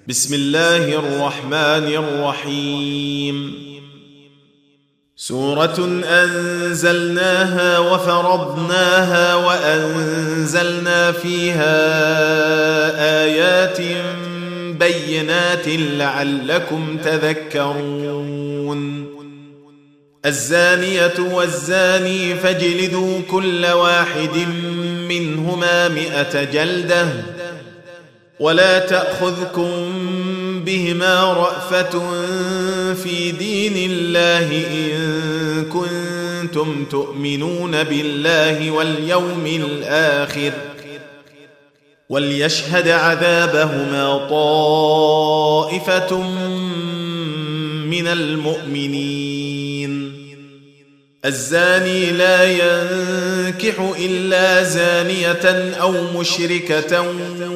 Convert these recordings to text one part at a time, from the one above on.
بسم الله الرحمن الرحيم. سورة أنزلناها وفرضناها وأنزلنا فيها آيات بينات لعلكم تذكرون. الزانية والزاني فاجلدوا كل واحد منهما 100 جلدة ولا تأخذكم بهما رأفة في دين الله إن كنتم تؤمنون بالله واليوم الآخر وليشهد عذابهما طائفة من المؤمنين. الزاني لا ينكح إلا زانية أو مشركة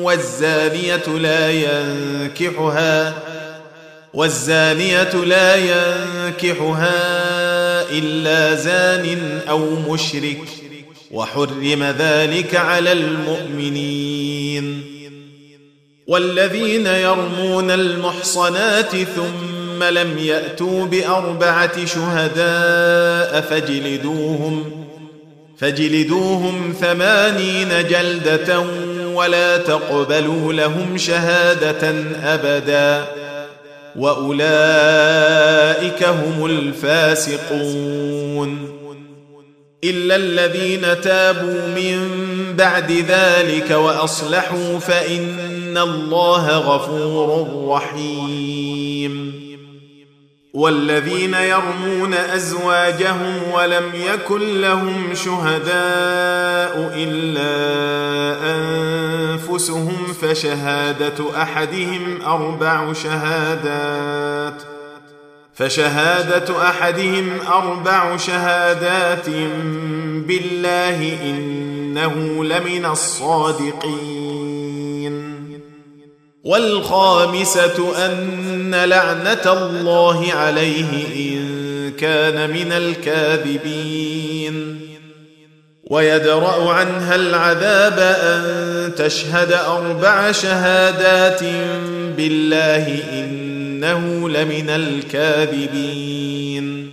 والزانية لا ينكحها إلا زان أو مشرك وحرم ذلك على المؤمنين. والذين يرمون المحصنات ثم لم يأتوا ب4 شهداء فاجلدوهم 80 جلدة ولا تقبلوا لهم شهادة أبدا وأولئك هم الفاسقون. إلا الذين تابوا من بعد ذلك وأصلحوا فإن الله غفور رحيم. والذين يرمون أزواجهم ولم يكن لهم شهداء إلا أنفسهم فشهادة أحدهم 4 شهادات بالله إنه لمن الصادقين. والخامسة أن لعنة الله عليه إن كان من الكاذبين. ويدرأ عنها العذاب أن تشهد 4 شهادات بالله إنه لمن الكاذبين.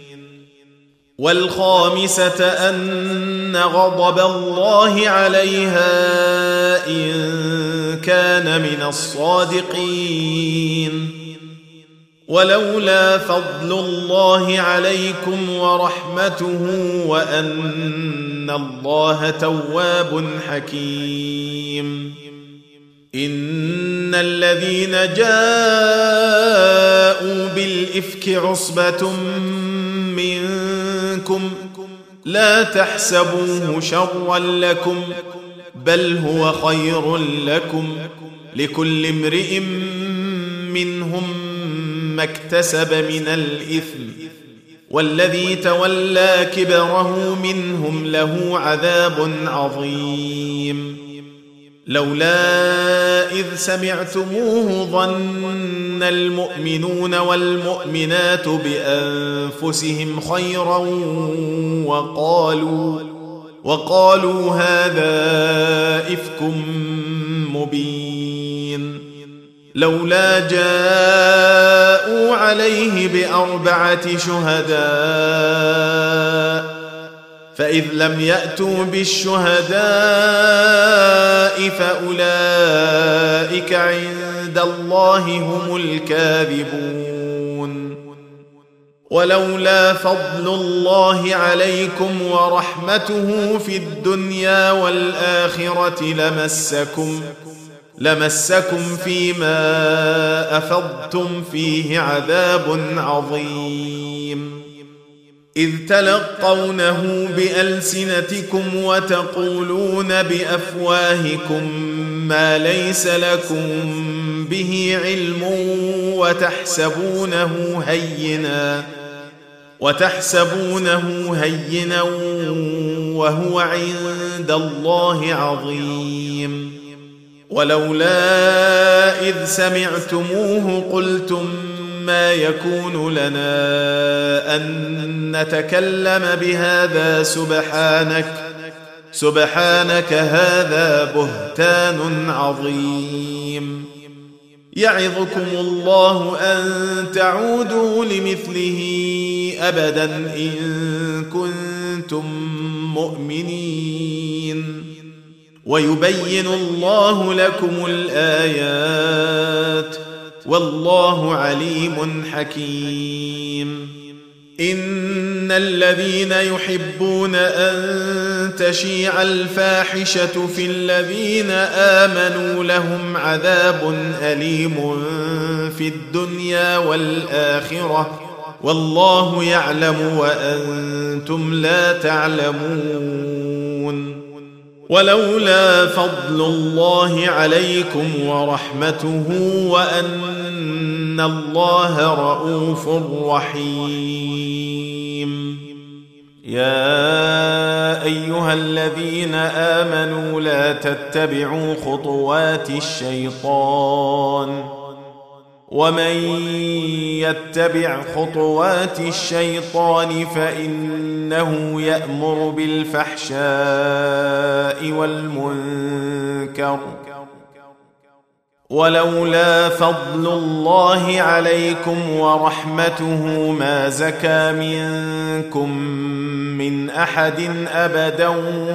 والخامسة أن غضب الله عليها إن كان من الصادقين. ولولا فضل الله عليكم ورحمته وأن الله تواب حكيم. إن الذين جاءوا بالإفك عصبة منكم لا تحسبوه شرا لكم بل هو خير لكم لكل امرئ منهم ما اكتسب من الإثم والذي تولى كبره منهم له عذاب عظيم. لولا إذ سمعتموه ظن المؤمنون والمؤمنات بأنفسهم خيرا وقالوا هذا إفك مبين. لولا جاءوا عليه ب4 شهداء فإذ لم يأتوا بالشهداء فأولئك عند الله هم الكاذبون. ولولا فضل الله عليكم ورحمته في الدنيا والآخرة لمسكم فيما أفضتم فيه عذاب عظيم. إذ تلقونه بألسنتكم وتقولون بأفواهكم ما ليس لكم به علم وتحسبونه هينا وهو عند الله عظيم. ولولا إذ سمعتموه قلتم ما يكون لنا أن نتكلم بهذا سبحانك هذا بهتان عظيم. يعظكم الله أن تعودوا لمثله أبدا إن كنتم مؤمنين ويبين الله لكم الآيات والله عليم حكيم إن الذين يحبون أن تشيع الفاحشة في الذين آمنوا لهم عذاب أليم في الدنيا والآخرة والله يعلم وأنتم لا تعلمون ولولا فضل الله عليكم ورحمته وأن الله رؤوف رحيم يا أيها الذين آمنوا لا تتبعوا خطوات الشيطان ومن يتبع خطوات الشيطان فإنه يأمر بالفحشاء والمنكر ولولا فضل الله عليكم ورحمته ما زكى منكم من أحد أبدا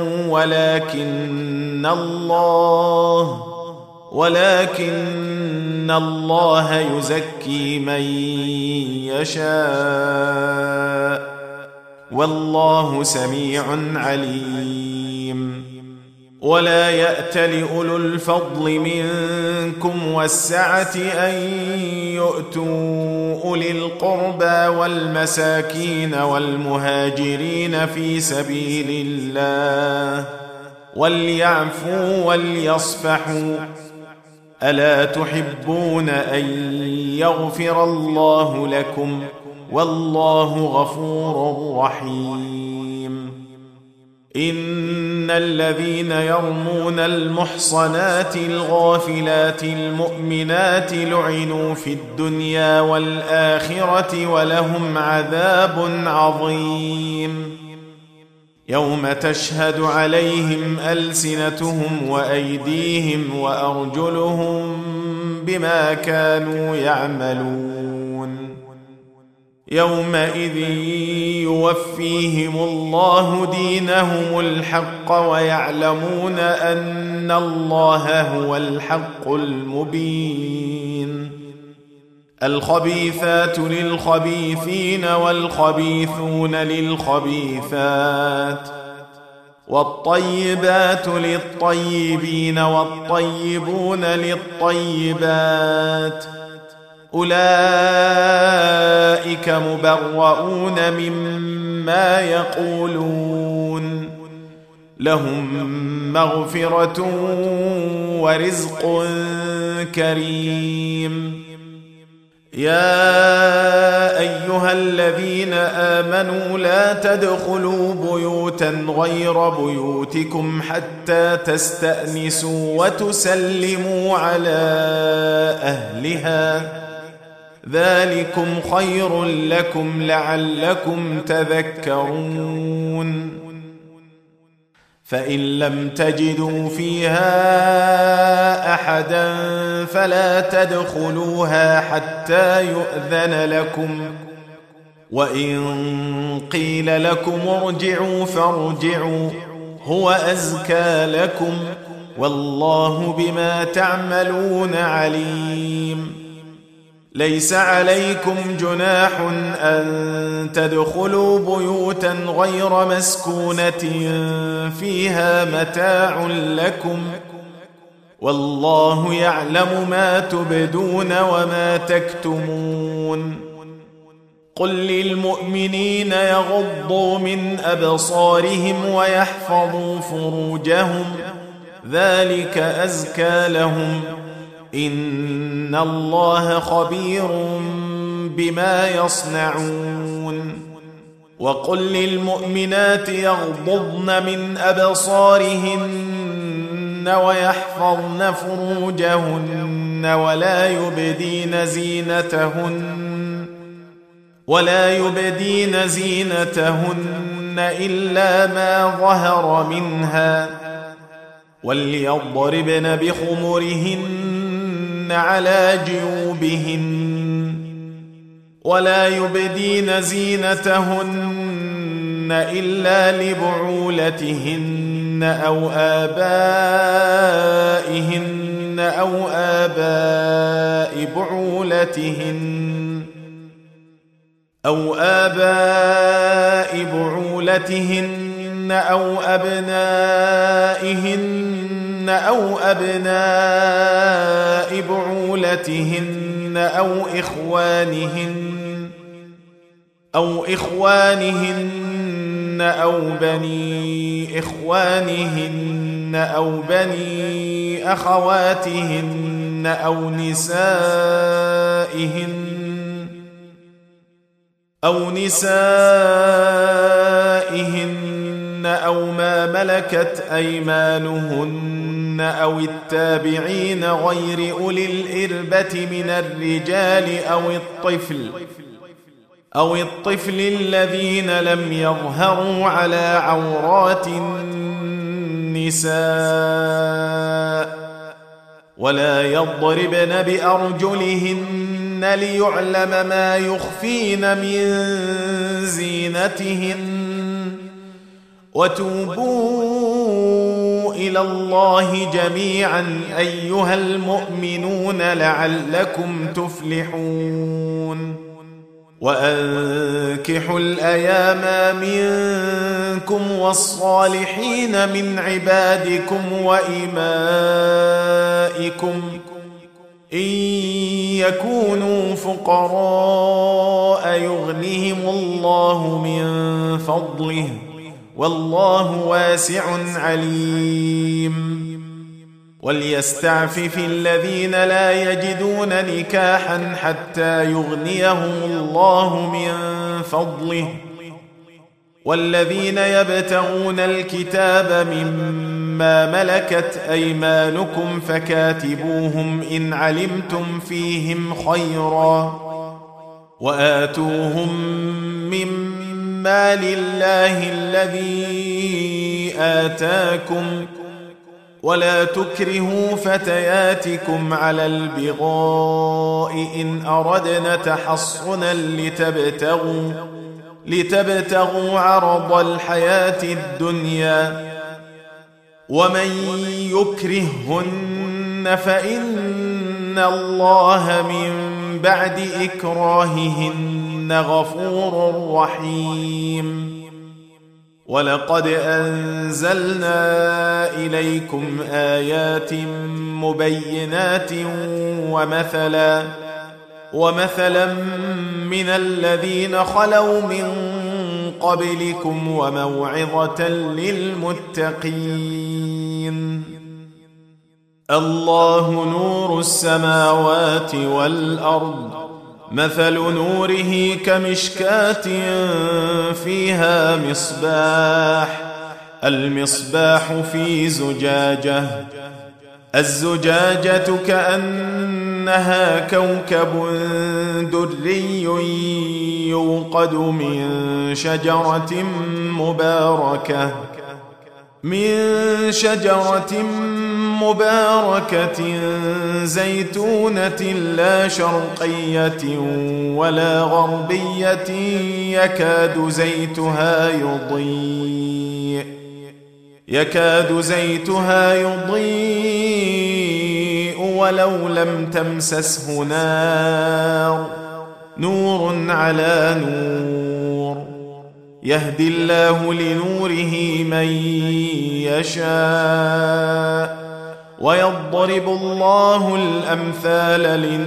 ولكن الله يزكي من يشاء والله سميع عليم ولا يأتل أولو الفضل منكم والسعة أن يؤتوا أولي القربى والمساكين والمهاجرين في سبيل الله وليعفوا وليصفحوا ألا تحبون أن يغفر الله لكم والله غفور رحيم إن الذين يرمون المحصنات الغافلات المؤمنات لعنوا في الدنيا والآخرة ولهم عذاب عظيم يوم تشهد عليهم ألسنتهم وأيديهم وأرجلهم بما كانوا يعملون يومئذ يوفيهم الله دينهم الحق ويعلمون أن الله هو الحق المبين الخبيثات للخبيثين والخبيثون للخبيثات والطيبات للطيبين والطيبون للطيبات أولئك مبرؤون مما يقولون لهم مغفرة ورزق كريم يا أيها الذين آمنوا لا تدخلوا بيوتا غير بيوتكم حتى تستأنسوا وتسلموا على أهلها ذلكم خير لكم لعلكم تذكرون فإن لم تجدوا فيها أحدا فلا تدخلوها حتى يؤذن لكم وإن قيل لكم ارجعوا فارجعوا هو أزكى لكم والله بما تعملون عليم ليس عليكم جناح أن تدخلوا بيوتا غير مسكونة فيها متاع لكم والله يعلم ما تبدون وما تكتمون قل للمؤمنين يغضوا من أبصارهم ويحفظوا فروجهم ذلك أزكى لهم إن الله خبير بما يصنعون وقل للمؤمنات يغضضن من أبصارهن ويحفظن فروجهن ولا يبدين زينتهن إلا ما ظهر منها وليضربن بخمرهن على جيوبهن ولا يبدين زينتهن إلا لبعولتهن أو آبائهن أو آباء بعولتهن أو أبنائهن أو أبناء بعولتهن أو إخوانهن أو بني إخوانهن أو بني أخواتهن أو نسائهن أو ما ملكت أيمانهن أو التابعين غير أولي الإربة من الرجال أو الطفل الذين لم يظهروا على عورات النساء ولا يضربن بأرجلهن ليعلم ما يخفين من زينتهن وتوبوا إلى الله جميعا أيها المؤمنون لعلكم تفلحون وأنكحوا الأيام منكم والصالحين من عبادكم وإمائكم إن يكونوا فقراء يغنهم الله من فضله والله واسع عليم وليستعفف الذين لا يجدون نكاحا حتى يغنيهم الله من فضله والذين يبتغون الكتاب مما ملكت أيمانكم فكاتبوهم إن علمتم فيهم خيرا وآتوهم مما لله الذي آتاكم ولا تكرهوا فتياتكم على البغاء إن أردنا تحصنا لتبتغوا عرض الحياة الدنيا ومن يكرههن فإن الله من بعد إكراههن غفور رحيم ولقد أنزلنا إليكم آيات مبينات ومثلا من الذين خلوا من قبلكم وموعظة للمتقين الله نور السماوات والأرض مثل نوره كمشكاة فيها المصباح في زجاجة الزجاجة كأنها كوكب دري يوقد من شجرة مباركة زيتونة لا شرقية ولا غربية يكاد زيتها يضيء ولو لم تمسسه نور على نور يهدي الله لنوره من يشاء ويضرب الله الأمثال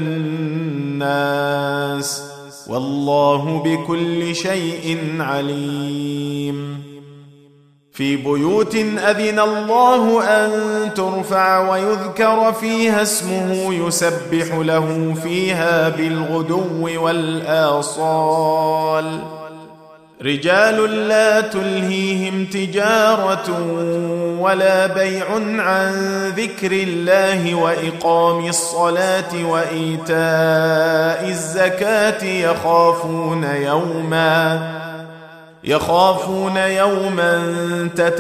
للناس والله بكل شيء عليم في بيوت أذن الله أن ترفع ويذكر فيها اسمه يسبح له فيها بالغدو والآصال رجال لا تلهيهم تجارة ولا بيع عن ذكر الله وإقام الصلاة وإيتاء الزكاة يخافون يوما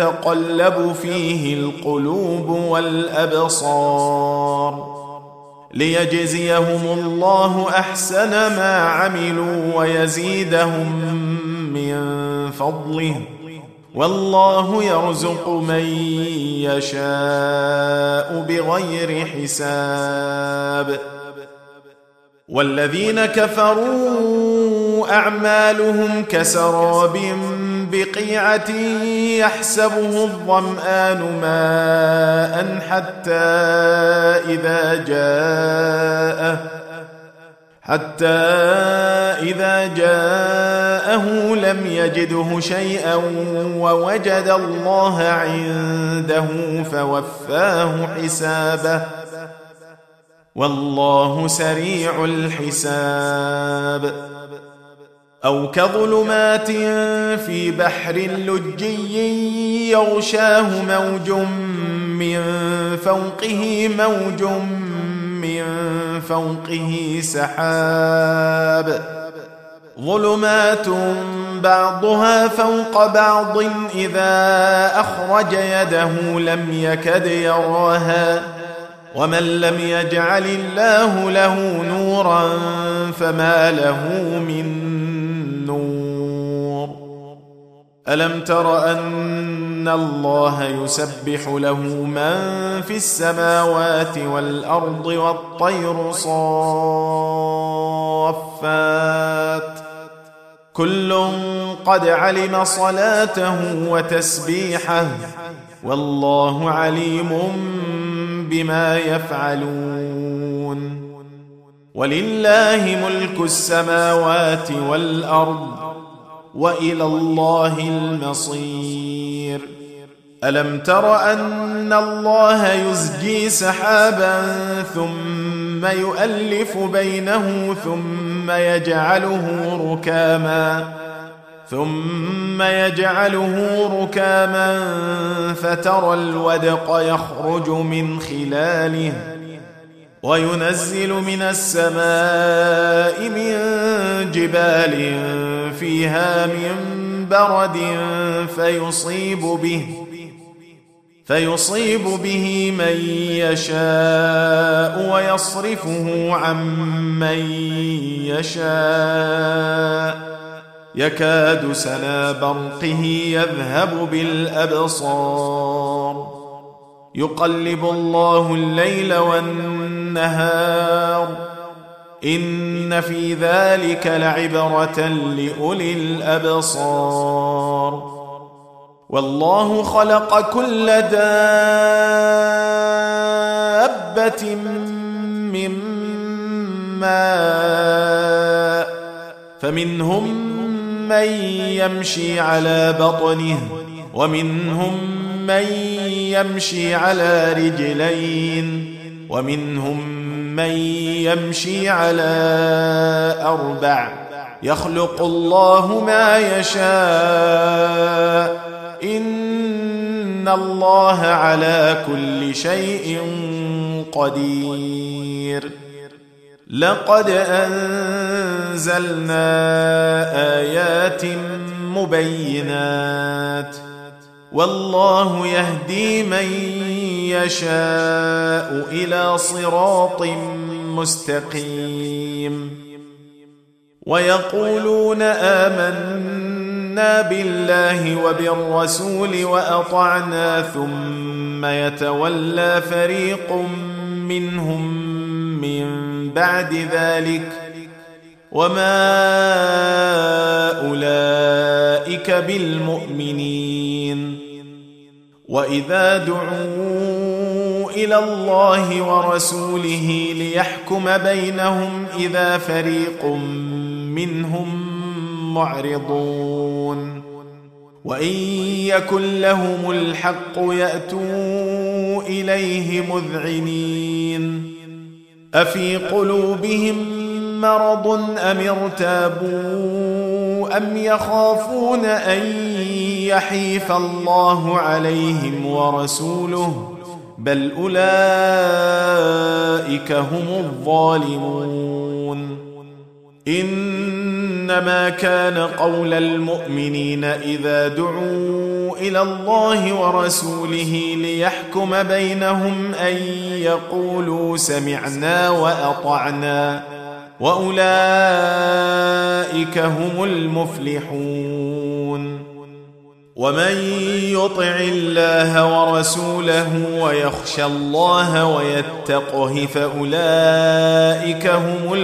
تتقلب فيه القلوب والأبصار ليجزيهم الله أحسن ما عملوا ويزيدهم من فضله، والله يرزق من يشاء بغير حساب. والذين كفروا أعمالهم كسراب بقيعة يحسبه الظمآن ماء حتى إذا جاءه لم يجده شيئا ووجد الله عنده فوفاه حسابه، والله سريع الحساب. أو كظلمات في بحر لجي يغشاه موج من فوقه موج من فوقه سحاب، ظلمات بعضها فوق بعض إذا أخرج يده لم يكد يراها، ومن لم يجعل الله له نورا فما له من نور. ألم تر أن الله يسبح له من في السماوات والأرض والطير صافات كل قد علم صلاته وتسبيحه، والله عليم بما يفعلون. ولله ملك السماوات والأرض وإلى الله المصير. ألم تر أن الله يزجي سحابا ثم يؤلف بينه ثم يجعله ركاما فترى الودق يخرج من خلاله، وينزل من السماء من جبال فيها من برد فيصيب به من يشاء ويصرفه عن من يشاء يكاد سنا برقه يذهب بالأبصار، يقلب الله الليل والنهار إن في ذلك لعبرة لأولي الأبصار. والله خلق كل دابة من ماء فمنهم من يمشي على بطنه ومنهم من يمشي على رجلين ومنهم من يمشي على 4 يخلق الله ما يشاء إن الله على كل شيء قدير. لقد أنزلنا آيات مبينات والله يهدي من يشاء إلى صراط مستقيم. ويقولون آمنا بالله وبالرسول وأطعنا ثم يتولى فريق منهم من بعد ذلك وما أولئك بالمؤمنين. وإذا دعوا إلى الله ورسوله ليحكم بينهم إذا فريق منهم معرضون وإن يكن لهم الحق يأتوا إليه مذعنين. أفي قلوبهم مرض أم ارتابوا أم يخافون أن يحيف الله عليهم ورسوله بل أولئك هم الظالمون. إنما كان قول المؤمنين إذا دعوا إلى الله ورسوله ليحكم بينهم أن يقولوا سمعنا وأطعنا وأولئك هم المفلحون. ومن يطع الله ورسوله ويخشى الله ويتقه فأولئك هم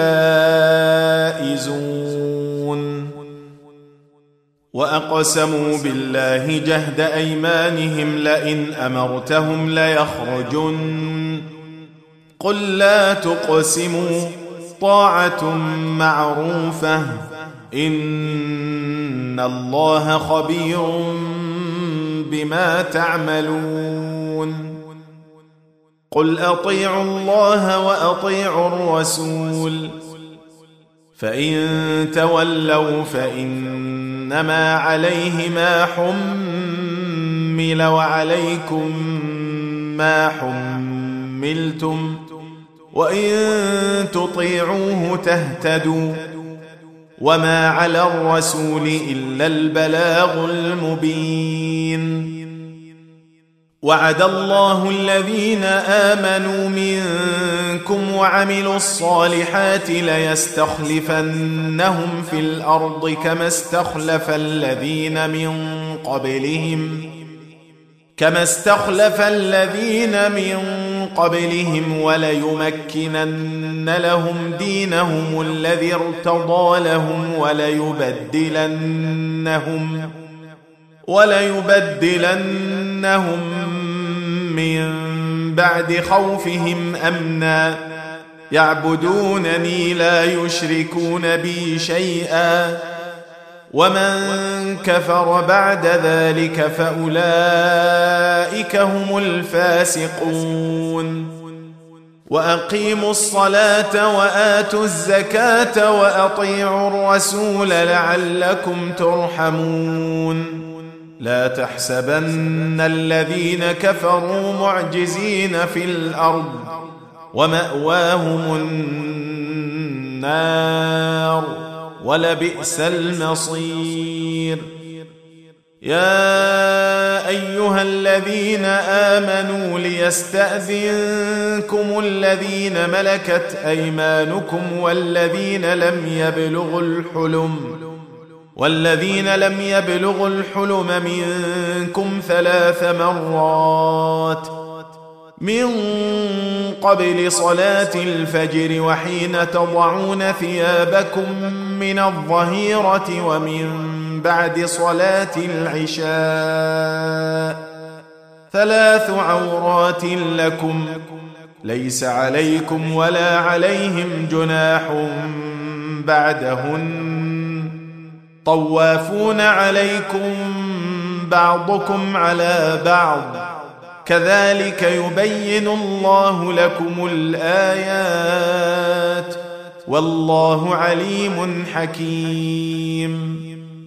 الفائزون. وأقسموا بالله جهد أيمانهم لئن أمرتهم ليخرجن قل لا تقسموا طاعة معروفة إن الله خبير بما تعملون. قل أطيعوا الله وأطيعوا الرسول فإن تولوا فإنما عليه ما حمل وعليكم ما حملتم وإن تطيعوه تهتدوا وما على الرسول إلا البلاغ المبين. وعد الله الذين آمنوا منكم وعملوا الصالحات ليستخلفنهم في الأرض كما استخلف الذين من قبلهم وليمكنن لهم دينهم الذي ارتضى لهم وليبدلنهم من بعد خوفهم أمنا يعبدونني لا يشركون بي شيئا ومن كفر بعد ذلك فأولئك هم الفاسقون. وأقيموا الصلاة وآتوا الزكاة وأطيعوا الرسول لعلكم ترحمون. لا تحسبن الذين كفروا معجزين في الأرض ومأواهم النار ولبئس المصير. يا أيها الذين آمنوا ليستأذنكم الذين ملكت أيمانكم والذين لم يبلغوا الحلم منكم 3 مرات من قبل صلاة الفجر وحين تضعون ثيابكم من الظهيرة ومن بعد صلاة العشاء 3 عورات لكم ليس عليكم ولا عليهم جناح بعدهن طوافون عليكم بعضكم على بعض كذلك يبين الله لكم الآيات والله عليم حكيم.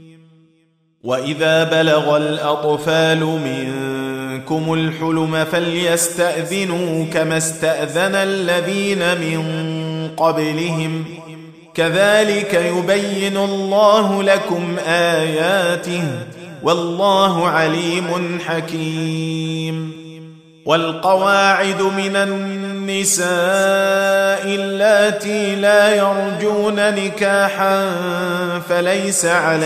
وإذا بلغ الأطفال منكم الحلم فليستأذنوا كما استأذن الذين من قبلهم كذلك يبين الله لكم آياته والله عليم حكيم. والقواعد من النساء اللاتي لا يرجون نكاحا فليس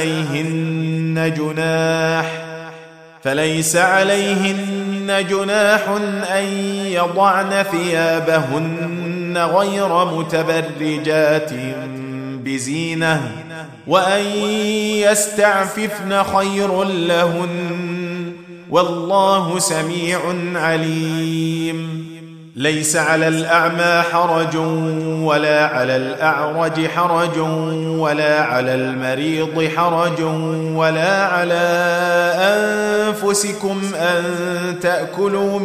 عليهن جناح أن يضعن ثيابهن غير متبرجات بزينة وأن يستعففن خير لهن والله سميع عليم. ليس على الأعمى حرج ولا على الأعرج حرج ولا على المريض حرج ولا على أنفسكم أن تأكلوا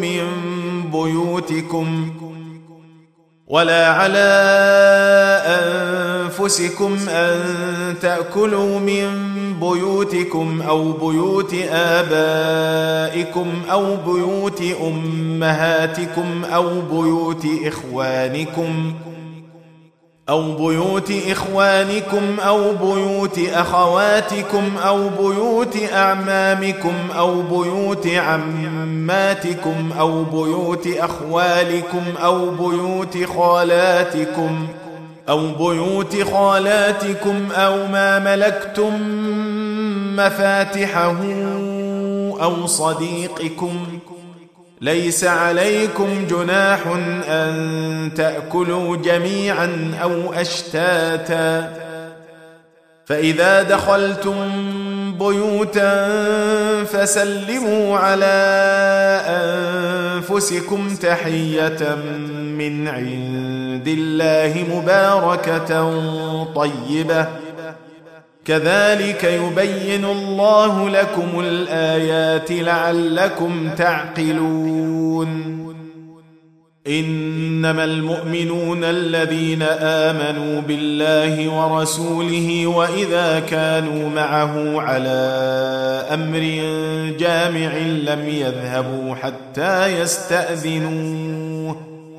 من بيوتكم أو بيوت آبائكم أو بيوت أمهاتكم أو بيوت إخوانكم أو بيوت أخواتكم أو بيوت أعمامكم أو بيوت عماتكم أو بيوت أخوالكم أو بيوت خالاتكم أو ما ملكتم مفاتحه أو صديقكم. ليس عليكم جناح أن تأكلوا جميعا أو أشتاتا. فإذا دخلتم بيوتا فسلموا على أنفسكم تحية من عند الله مباركة طيبة، كذلك يبين الله لكم الآيات لعلكم تعقلون. إنما المؤمنون الذين آمنوا بالله ورسوله وإذا كانوا معه على أمر جامع لم يذهبوا حتى يستأذنوه.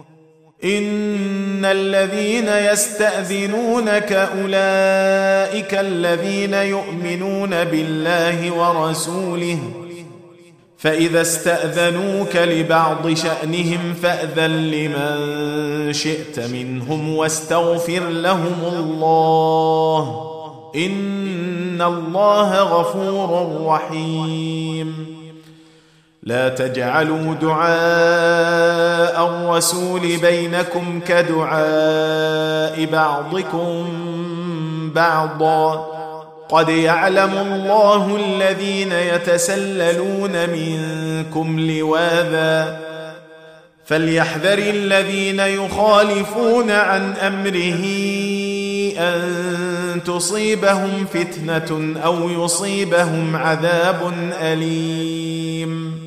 إن الذين يستأذنونك أولئك الذين يؤمنون بالله ورسوله، فإذا استأذنوك لبعض شأنهم فأذن لمن شئت منهم واستغفر لهم الله، إن الله غفور رحيم. لا تجعلوا دعاء الرسول بينكم كدعاء بعضكم بعضا، قد يعلم الله الذين يتسللون منكم لواذا، فليحذر الذين يخالفون عن أمره أن تصيبهم فتنة أو يصيبهم عذاب أليم.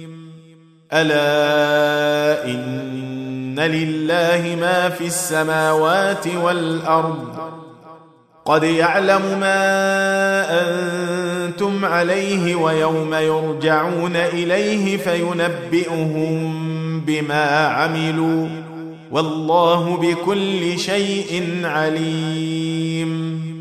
ألا إن لله ما في السماوات والأرض، قد يعلم ما أنتم عليه ويوم يرجعون إليه فينبئهم بما عملوا، والله بكل شيء عليم.